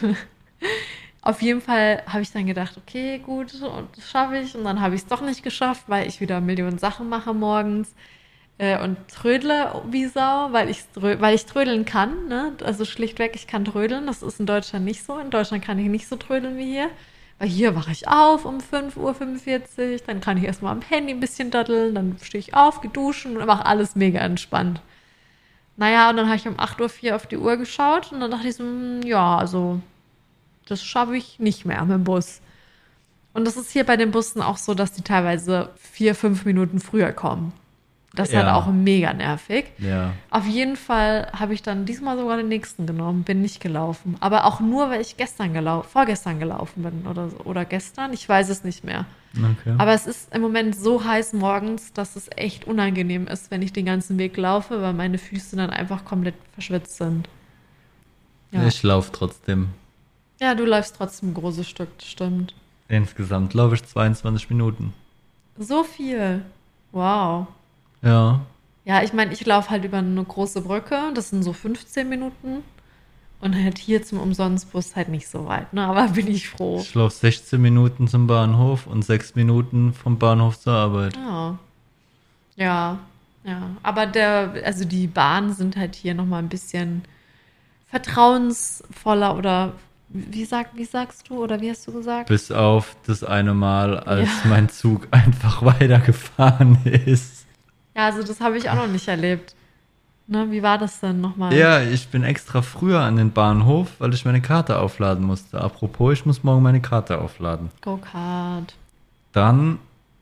Auf jeden Fall habe ich dann gedacht, okay, gut, und das schaffe ich. Und dann habe ich es doch nicht geschafft, weil ich wieder Millionen Sachen mache morgens und trödle wie Sau, weil ich trödeln kann. Ne? Also schlichtweg, ich kann trödeln. Das ist in Deutschland nicht so. In Deutschland kann ich nicht so trödeln wie hier. Weil hier wache ich auf um 5:45 Uhr, dann kann ich erstmal am Handy ein bisschen daddeln, dann stehe ich auf, gehe duschen und mache alles mega entspannt. Naja, und dann habe ich um 8:04 Uhr auf die Uhr geschaut und dann dachte ich so, ja, also das schaffe ich nicht mehr mit dem Bus. Und das ist hier bei den Bussen auch so, dass die teilweise 4, 5 Minuten früher kommen. Das ist halt Ja. auch mega nervig. Ja. Auf jeden Fall habe ich dann diesmal sogar den nächsten genommen, bin nicht gelaufen. Aber auch nur, weil ich vorgestern gelaufen bin oder gestern, ich weiß es nicht mehr. Okay. Aber es ist im Moment so heiß morgens, dass es echt unangenehm ist, wenn ich den ganzen Weg laufe, weil meine Füße dann einfach komplett verschwitzt sind. Ja, Ich laufe trotzdem. ja, du läufst trotzdem ein großes Stück, das stimmt. Insgesamt laufe ich 22 Minuten. So viel. Wow. Ja. Ja, ich meine, ich laufe halt über eine große Brücke, das sind so 15 Minuten. Und halt hier zum Umsonstbus halt nicht so weit, ne? Aber bin ich froh. Ich laufe 16 Minuten zum Bahnhof und 6 Minuten vom Bahnhof zur Arbeit. Ja. Ja, ja. Aber also die Bahnen sind halt hier nochmal ein bisschen vertrauensvoller oder wie sagst du oder wie hast du gesagt? Bis auf das eine Mal, als Ja. mein Zug einfach weitergefahren ist. Ja, also das habe ich auch noch nicht erlebt. Ne, wie war das denn nochmal? Ja, ich bin extra früher an den Bahnhof, weil ich meine Karte aufladen musste. Apropos, ich muss morgen meine Karte aufladen. Go-Kart. Dann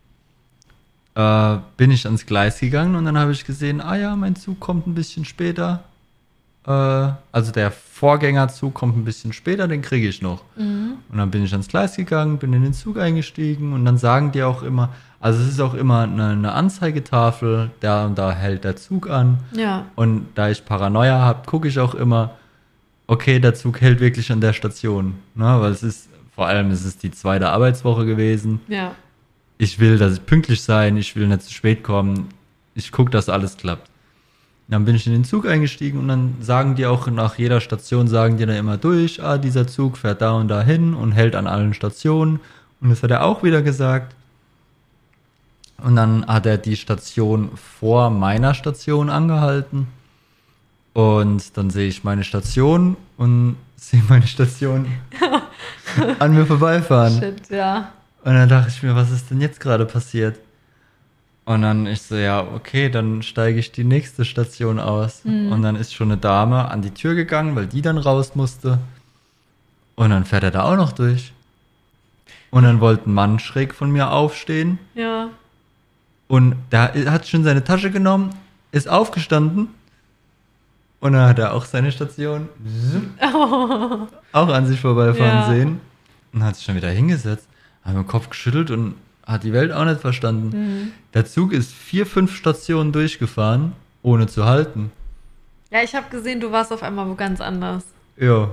bin ich ans Gleis gegangen und dann habe ich gesehen, ah ja, mein Zug kommt ein bisschen später. Also der Vorgängerzug kommt ein bisschen später, den kriege ich noch. Mhm. Und dann bin ich ans Gleis gegangen, bin in den Zug eingestiegen und dann sagen die auch immer, also es ist auch immer eine Anzeigetafel, da und da hält der Zug an. Ja. Und da ich Paranoia habe, gucke ich auch immer, okay, der Zug hält wirklich an der Station. Ne? Weil vor allem ist es die 2. Arbeitswoche gewesen. Ja. Ich will, dass ich pünktlich sein, ich will nicht zu spät kommen. Ich gucke, dass alles klappt. Dann bin ich in den Zug eingestiegen und dann sagen die auch nach jeder Station, sagen die dann immer durch, dieser Zug fährt da und da hin und hält an allen Stationen. Und das hat er auch wieder gesagt. Und dann hat er die Station vor meiner Station angehalten. Und dann sehe ich meine Station und sehe meine Station an mir vorbeifahren. Shit, ja. Und dann dachte ich mir, was ist denn jetzt gerade passiert? Und dann ich so, ja, okay, dann steige ich die nächste Station aus. Und dann ist schon eine Dame an die Tür gegangen, weil die dann raus musste. Und dann fährt er da auch noch durch. Und dann wollte ein Mann schräg von mir aufstehen. Ja. Und der hat schon seine Tasche genommen, ist aufgestanden. Und dann hat er auch seine Station auch an sich vorbeifahren Ja. sehen. Und hat sich schon wieder hingesetzt, hat mit dem Kopf geschüttelt und hat die Welt auch nicht verstanden. Der Zug ist 4, 5 Stationen durchgefahren, ohne zu halten. Ja, ich habe gesehen, du warst auf einmal wo ganz anders. Ja.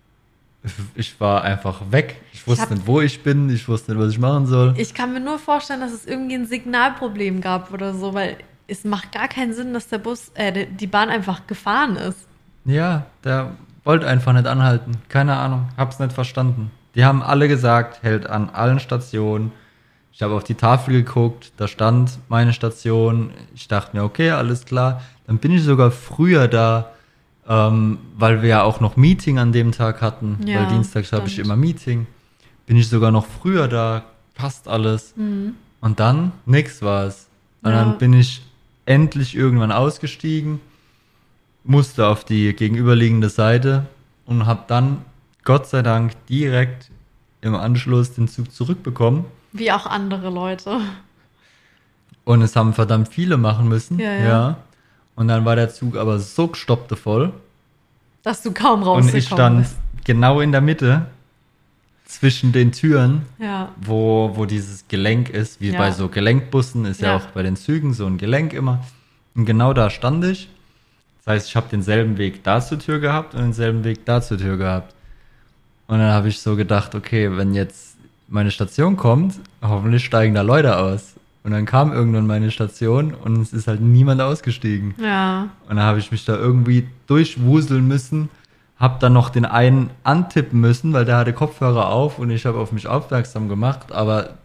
Ich war einfach weg. Ich wusste hab- nicht, wo ich bin. Ich wusste nicht, was ich machen soll. Ich kann mir nur vorstellen, dass es irgendwie ein Signalproblem gab oder so, weil es macht gar keinen Sinn, dass die Bahn einfach gefahren ist. Ja, der wollte einfach nicht anhalten. Keine Ahnung, hab's nicht verstanden. Die haben alle gesagt, hält an allen Stationen. Ich habe auf die Tafel geguckt, da stand meine Station. Ich dachte mir, okay, alles klar. Dann bin ich sogar früher da, weil wir ja auch noch Meeting an dem Tag hatten. Ja, weil dienstags habe ich stimmt. immer Meeting. Bin ich sogar noch früher da, passt alles. Und dann, nix war's. Und Ja. dann bin ich endlich irgendwann ausgestiegen. musste auf die gegenüberliegende Seite und habe dann Gott sei Dank direkt im Anschluss den Zug zurückbekommen. Wie auch andere Leute. Und es haben verdammt viele machen müssen. Ja. Und dann war der Zug aber so gestoppt voll. Dass du kaum Und rausgekommen ich stand bist. genau in der Mitte zwischen den Türen, Ja. wo dieses Gelenk ist, wie Ja. bei so Gelenkbussen, ist ja Ja. auch bei den Zügen so ein Gelenk immer. Und genau da stand ich. Das heißt, ich habe denselben Weg da zur Tür gehabt und denselben Weg da zur Tür gehabt. Und dann habe ich so gedacht, okay, wenn jetzt meine Station kommt, hoffentlich steigen da Leute aus. Und dann kam irgendwann meine Station und es ist halt niemand ausgestiegen. Ja. Und dann habe ich mich da irgendwie durchwuseln müssen, habe dann noch den einen antippen müssen, weil der hatte Kopfhörer auf und ich habe auf mich aufmerksam gemacht, aber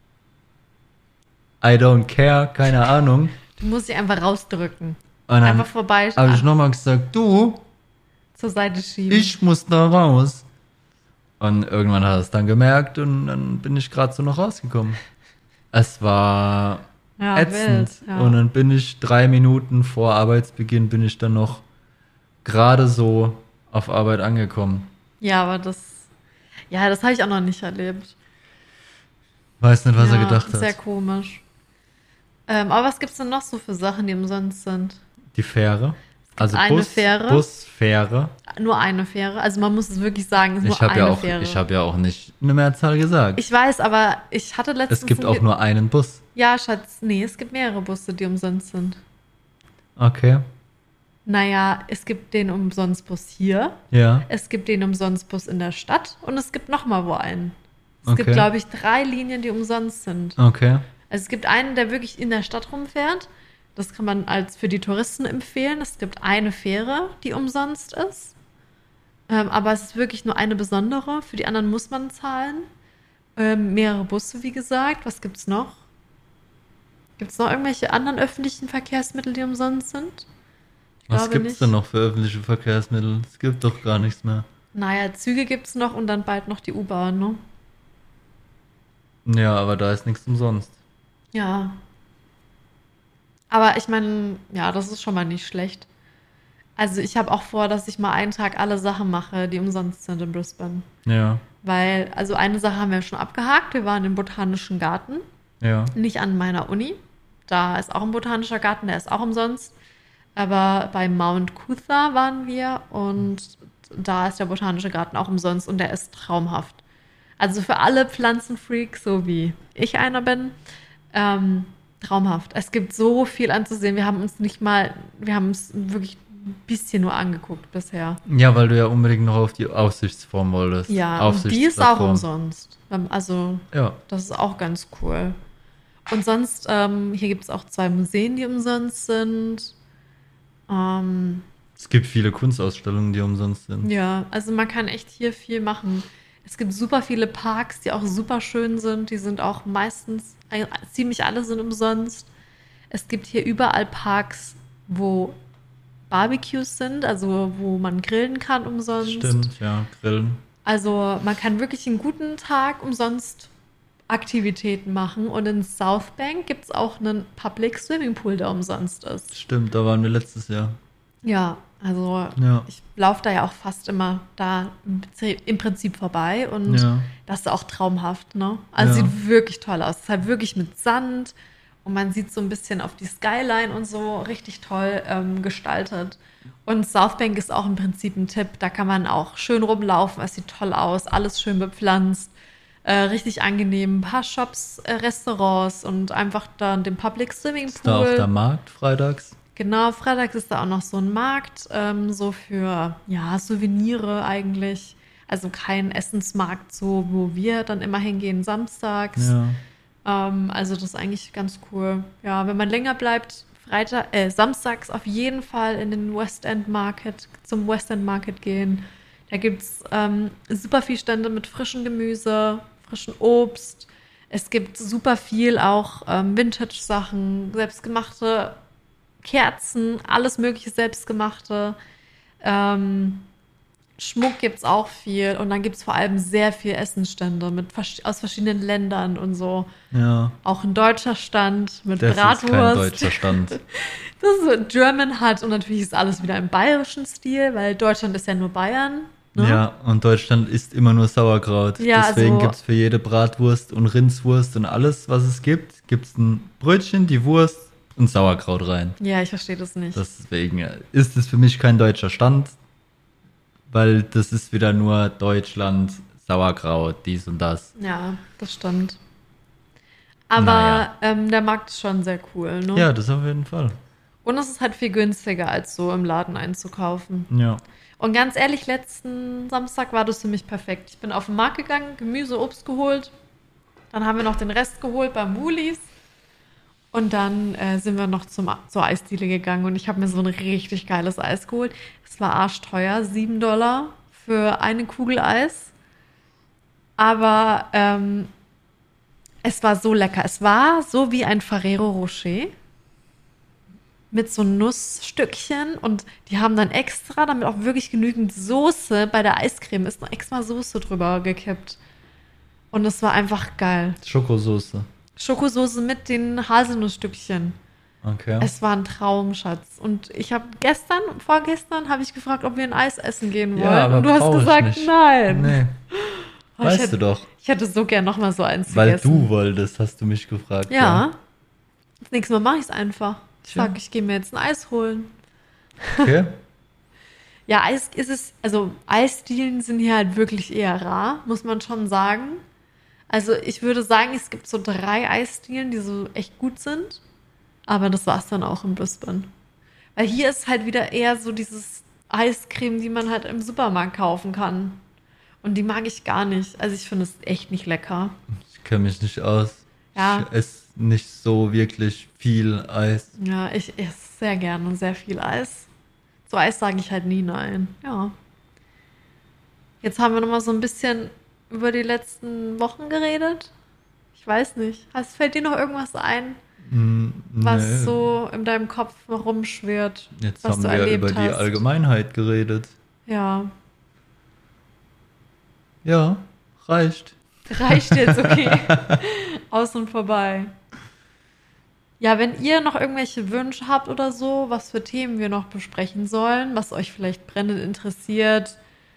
I don't care, keine Ahnung. Du musst sie einfach rausdrücken. Und dann Einfach vorbei habe ich nochmal gesagt, du, zur Seite schieben. ich muss da raus. Und irgendwann hat er es dann gemerkt und dann bin ich gerade so noch rausgekommen. Es war ja, ätzend. wild, ja. Und dann bin ich 3 Minuten vor Arbeitsbeginn bin ich dann noch gerade so auf Arbeit angekommen. Ja, aber das habe ich auch noch nicht erlebt. Weiß nicht, was ja, er gedacht sehr hat. komisch. Aber was gibt's denn noch so für Sachen, die umsonst sind? Die Fähre. Also eine Fähre. Busfähre. Nur eine Fähre. Also man muss es wirklich sagen, es ist Ich nur habe eine ja, Fähre. hab ja auch nicht eine Mehrzahl gesagt. Ich weiß, aber ich hatte letztens... Es gibt auch nur einen Bus. Ja, Schatz, nee, es gibt mehrere Busse, die umsonst sind. Okay. Naja, es gibt den Umsonstbus hier, Ja. es gibt den Umsonstbus in der Stadt und es gibt noch mal wo einen. Es Okay. gibt, glaube ich, 3 Linien, die umsonst sind. Okay. Also es gibt einen, der wirklich in der Stadt rumfährt. Das kann man als für die Touristen empfehlen. Es gibt eine Fähre, die umsonst ist. Aber es ist wirklich nur eine besondere. Für die anderen muss man zahlen. Mehrere Busse, wie gesagt. Was gibt's noch? Gibt es noch irgendwelche anderen öffentlichen Verkehrsmittel, die umsonst sind? Ich Was glaube gibt's nicht. denn noch für öffentliche Verkehrsmittel? Es gibt doch gar nichts mehr. Naja, Züge gibt's noch und dann bald noch die U-Bahn, ne? Ja, aber da ist nichts umsonst. Ja. Aber ich meine, ja, das ist schon mal nicht schlecht. Also ich habe auch vor, dass ich mal einen Tag alle Sachen mache, die umsonst sind in Brisbane. Ja. Weil, also eine Sache haben wir schon abgehakt. Wir waren im Botanischen Garten, Ja. nicht an meiner Uni. Da ist auch ein botanischer Garten, der ist auch umsonst. Aber bei Mount Coot-tha waren wir und da ist der Botanische Garten auch umsonst und der ist traumhaft. Also für alle Pflanzenfreaks, so wie ich einer bin, traumhaft. Es gibt so viel anzusehen. Wir haben uns wirklich ein bisschen nur angeguckt bisher. Ja, weil du ja unbedingt noch auf die Aussichtsform wolltest. Ja, und die ist auch Aussichtsplattform. umsonst. Also Ja. das ist auch ganz cool. Und sonst, hier gibt es auch 2 Museen, die umsonst sind. Es gibt viele Kunstausstellungen, die umsonst sind. Ja, also man kann echt hier viel machen. Es gibt super viele Parks, die auch super schön sind. Die sind auch meistens, ziemlich alle sind umsonst. Es gibt hier überall Parks, wo Barbecues sind, also wo man grillen kann umsonst. Stimmt, ja, Grillen. Also man kann wirklich einen guten Tag umsonst Aktivitäten machen. Und in Southbank gibt es auch einen Public Swimmingpool, der umsonst ist. Stimmt, da waren wir letztes Jahr. Ja, also Ja. ich laufe da ja auch fast immer da im Prinzip vorbei und Ja. das ist auch traumhaft, ne? Also Ja. sieht wirklich toll aus. Es ist halt wirklich mit Sand und man sieht so ein bisschen auf die Skyline und so richtig toll gestaltet. Und Southbank ist auch im Prinzip ein Tipp. Da kann man auch schön rumlaufen. Es sieht toll aus, alles schön bepflanzt, richtig angenehm. Ein paar Shops, Restaurants und einfach dann den Public Swimmingpool. Ist da auch der Markt freitags? Genau, freitags ist da auch noch so ein Markt, so für, ja, Souvenire eigentlich. Also kein Essensmarkt, so, wo wir dann immer hingehen, samstags. Ja. Also das ist eigentlich ganz cool. Ja, wenn man länger bleibt, samstags auf jeden Fall in den West End Market, zum West End Market gehen. Da gibt es super viel Stände mit frischem Gemüse, frischem Obst. Es gibt super viel auch Vintage-Sachen, selbstgemachte Kerzen, alles mögliche selbstgemachte. Schmuck gibt es auch viel und dann gibt es vor allem sehr viel Essensstände aus verschiedenen Ländern und so. Ja. Auch ein deutscher Stand mit Das Bratwurst. ist kein deutscher Stand. Das ist so German hat und natürlich ist alles wieder im bayerischen Stil, weil Deutschland ist ja nur Bayern. Ne? Ja, und Deutschland isst immer nur Sauerkraut. Ja, Deswegen also- gibt es für jede Bratwurst und Rindswurst und alles, was es gibt es ein Brötchen, die Wurst und Sauerkraut rein. Ja, ich verstehe das nicht. Deswegen ist es für mich kein deutscher Stand, weil das ist wieder nur Deutschland, Sauerkraut, dies und das. Ja, das stimmt. Aber Naja. der Markt ist schon sehr cool, ne? Ja, das auf jeden Fall. Und es ist halt viel günstiger, als so im Laden einzukaufen. Ja. Und ganz ehrlich, letzten Samstag war das für mich perfekt. Ich bin auf den Markt gegangen, Gemüse, Obst geholt. Dann haben wir noch den Rest geholt beim Woolies. Und dann sind wir noch zur Eisdiele gegangen und ich habe mir so ein richtig geiles Eis geholt. Es war arschteuer, $7 für eine Kugel Eis. Aber es war so lecker. Es war so wie ein Ferrero Rocher mit so Nussstückchen und die haben dann extra, damit auch wirklich genügend Soße bei der Eiscreme ist, noch extra Soße drüber gekippt. Und es war einfach geil. Schokosoße. Schokosoße mit den Haselnussstückchen. Okay. Es war ein Traum, Schatz. Und ich habe vorgestern habe ich gefragt, ob wir ein Eis essen gehen wollen. Ja, aber und du hast brauch ich gesagt, nicht. nein. Nee. Oh, Weißt du doch. Ich hätte so gern noch mal so eins Weil gegessen. du wolltest, hast du mich gefragt. Ja. Das nächste Mal mache ich es einfach. Ich Tja. sag, ich gehe mir jetzt ein Eis holen. Okay. Ja, Eisdielen sind hier halt wirklich eher rar, muss man schon sagen. Also ich würde sagen, es gibt so 3 Eisdielen, die so echt gut sind. Aber das war's dann auch in Brisbane. Weil hier ist halt wieder eher so dieses Eiscreme, die man halt im Supermarkt kaufen kann. Und die mag ich gar nicht. Also ich finde es echt nicht lecker. Ich kenne mich nicht aus. Ja. Ich esse nicht so wirklich viel Eis. Ja, ich esse sehr gerne sehr viel Eis. Zu Eis sage ich halt nie nein. Ja. Jetzt haben wir noch mal so ein bisschen über die letzten Wochen geredet. Ich weiß nicht. Fällt dir noch irgendwas ein, was Nee. so in deinem Kopf noch rumschwirrt, Jetzt was haben du wir erlebt über die hast? Allgemeinheit geredet. Ja. Ja, reicht. Reicht jetzt, okay. Aus und vorbei. Ja, wenn ihr noch irgendwelche Wünsche habt oder so, was für Themen wir noch besprechen sollen, was euch vielleicht brennend interessiert,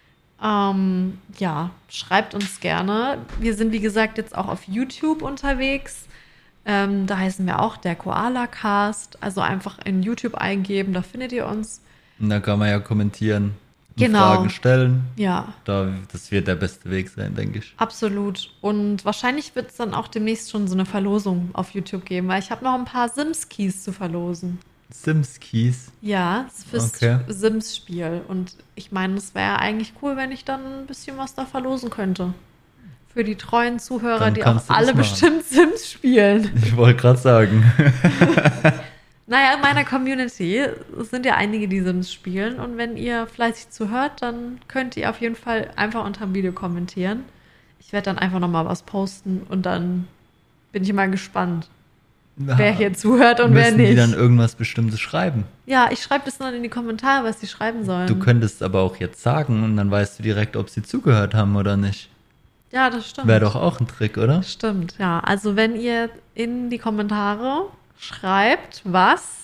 ja, schreibt uns gerne. Wir sind, wie gesagt, jetzt auch auf YouTube unterwegs. Da heißen wir auch der Koala Cast. Also einfach in YouTube eingeben, da findet ihr uns. Und da kann man ja kommentieren und Genau. Fragen stellen. Ja, Das wird der beste Weg sein, denke ich. absolut. Und wahrscheinlich wird es dann auch demnächst schon so eine Verlosung auf YouTube geben, weil ich habe noch ein paar Sims-Keys zu verlosen. Sims-Keys. Ja, das ist fürs Okay. Sims-Spiel. Und ich meine, es wäre eigentlich cool, wenn ich dann ein bisschen was da verlosen könnte. Für die treuen Zuhörer, Dann die auch kannst du das alle machen. bestimmt Sims spielen. Ich wollte gerade sagen. Naja, in meiner Community sind ja einige, die Sims spielen. Und wenn ihr fleißig zuhört, dann könnt ihr auf jeden Fall einfach unter dem Video kommentieren. Ich werde dann einfach nochmal was posten und dann bin ich mal gespannt, wer hier zuhört und wer Müssen die nicht. dann irgendwas Bestimmtes schreiben? Ja, ich schreibe das dann in die Kommentare, was sie schreiben sollen. Du könntest aber auch jetzt sagen und dann weißt du direkt, ob sie zugehört haben oder nicht. Ja, das stimmt. Wäre doch auch ein Trick, oder? Stimmt, ja. Also wenn ihr in die Kommentare schreibt, was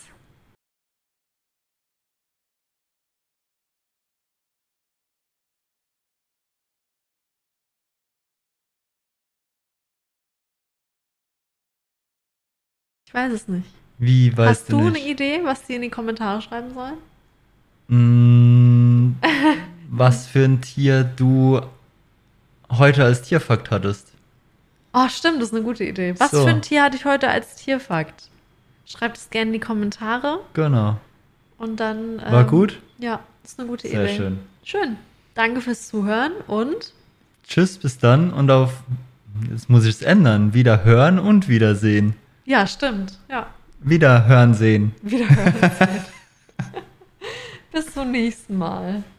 ich weiß es nicht. Wie, weißt Hast du du eine nicht? Idee, was die in die Kommentare schreiben sollen? Mm, was für ein Tier du heute als Tierfakt hattest. Oh, stimmt, das ist eine gute Idee. Was So. für ein Tier hatte ich heute als Tierfakt? Schreibt es gerne in die Kommentare Genau. und dann. War gut? Ja, das ist eine gute Sehr Idee. schön. Schön. Danke fürs Zuhören und Tschüss, bis dann und auf, jetzt muss ich es ändern, wieder hören und wiedersehen. ja, stimmt. Ja, Wieder hören sehen. wiederhören. Bis zum nächsten Mal.